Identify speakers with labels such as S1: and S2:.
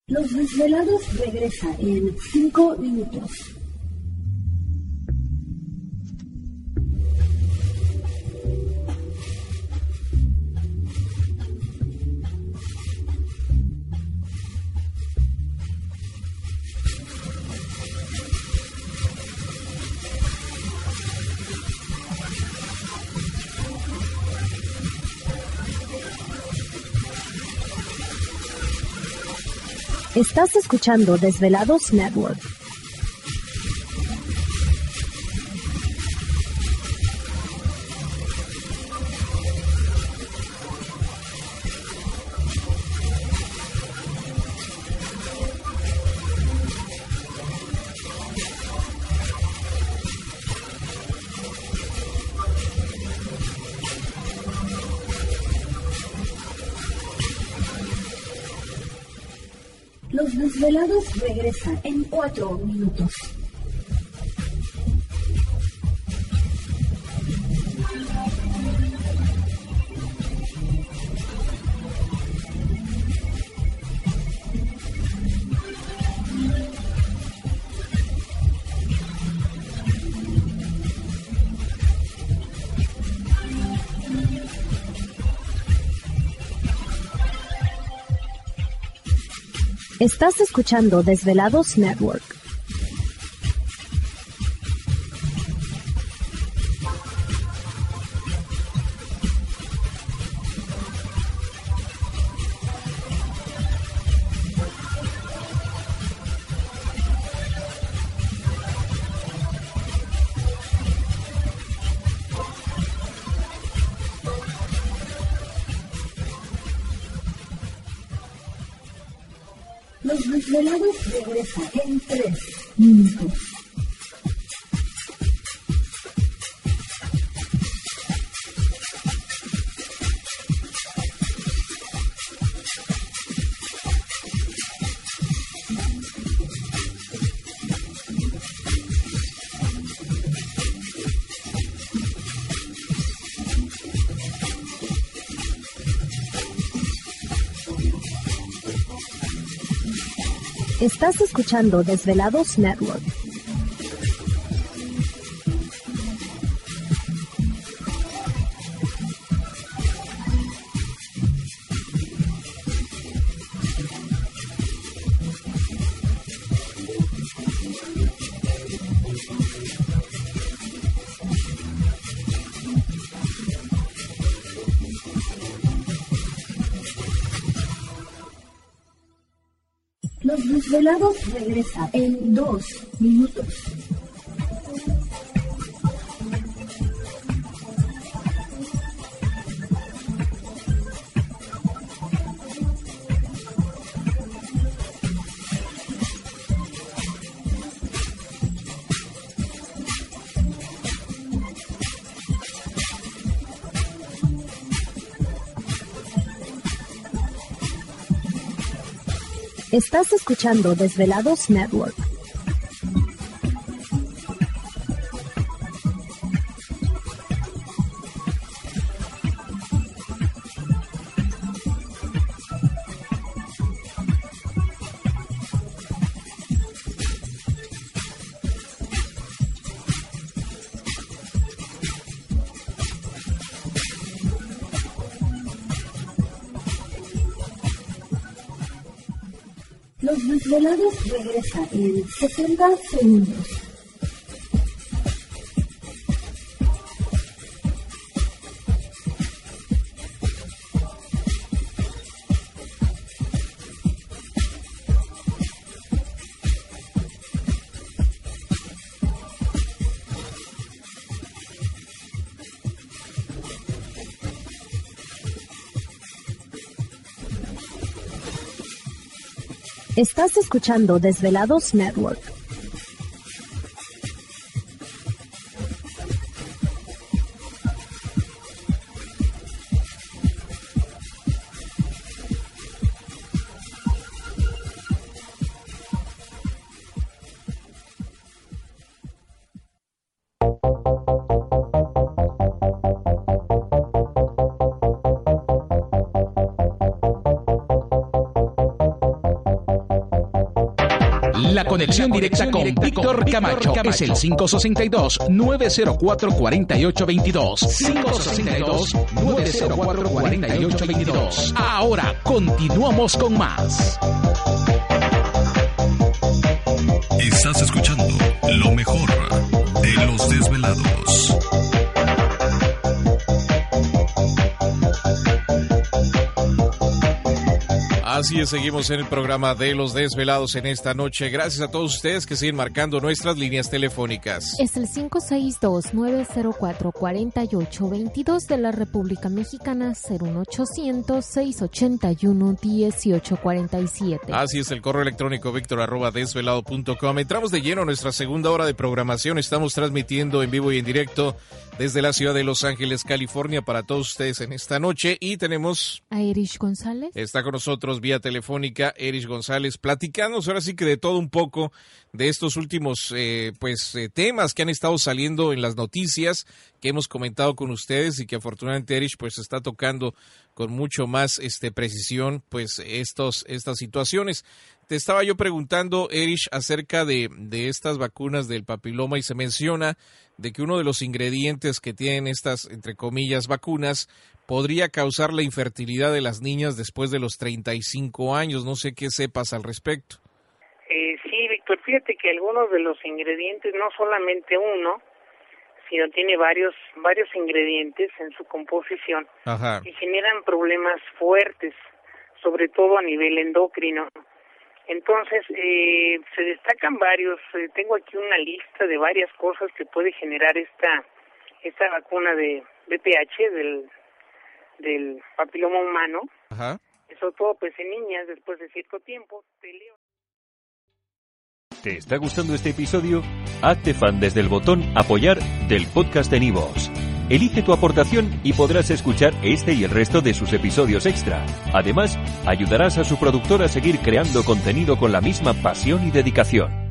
S1: Los Desvelados regresa en 5 minutos.
S2: Estás escuchando Desvelados Network.
S1: Los Desvelados regresa en 4 minutos.
S2: Estás escuchando Desvelados Network.
S1: Los Desvelados regresa en 3 minutos.
S2: Estás escuchando Desvelados Network.
S1: Los Desvelados regresa en 2 minutos.
S2: Estás escuchando Desvelados Network.
S1: Los Desvelados regresa en 60 segundos.
S2: Estás escuchando Desvelados Network.
S3: La conexión directa con Víctor Camacho es el 562-904-4822. 562-904-4822. Ahora continuamos con más.
S4: Estás escuchando lo mejor de Los Desvelados.
S5: Así es, seguimos en el programa de Los Desvelados en esta noche. Gracias a todos ustedes que siguen marcando nuestras líneas telefónicas.
S6: Es el 562-904-4822 de la República Mexicana, 01800-681-1847.
S5: Así es, el correo electrónico victor@desvelado.com. Entramos de lleno a nuestra segunda hora de programación. Estamos transmitiendo en vivo y en directo desde la ciudad de Los Ángeles, California, para todos ustedes en esta noche. Y tenemos
S6: a Erich González.
S5: Está con nosotros vía telefónica Erich González, platicándonos ahora sí que de todo un poco de estos últimos temas que han estado saliendo en las noticias que hemos comentado con ustedes y que afortunadamente Erich pues está tocando con mucho más precisión pues estas situaciones. Te estaba yo preguntando, Erich, acerca de estas vacunas del papiloma y se menciona de que uno de los ingredientes que tienen estas, entre comillas, vacunas podría causar la infertilidad de las niñas después de los 35 años. No sé qué sepas al respecto.
S7: Sí, Víctor, fíjate que algunos de los ingredientes, no solamente uno, sino tiene varios ingredientes en su composición.
S5: Ajá.
S7: Que generan problemas fuertes, sobre todo a nivel endocrino. Entonces, se destacan varios, tengo aquí una lista de varias cosas que puede generar esta vacuna de VPH del papiloma humano.
S5: Ajá.
S7: Sobre todo pues en niñas después de cierto tiempo.
S8: ¿Te está gustando este episodio? Hazte fan desde el botón Apoyar del podcast de Nivos. Elige tu aportación y podrás escuchar este y el resto de sus episodios extra. Además, ayudarás a su productor a seguir creando contenido con la misma pasión y dedicación.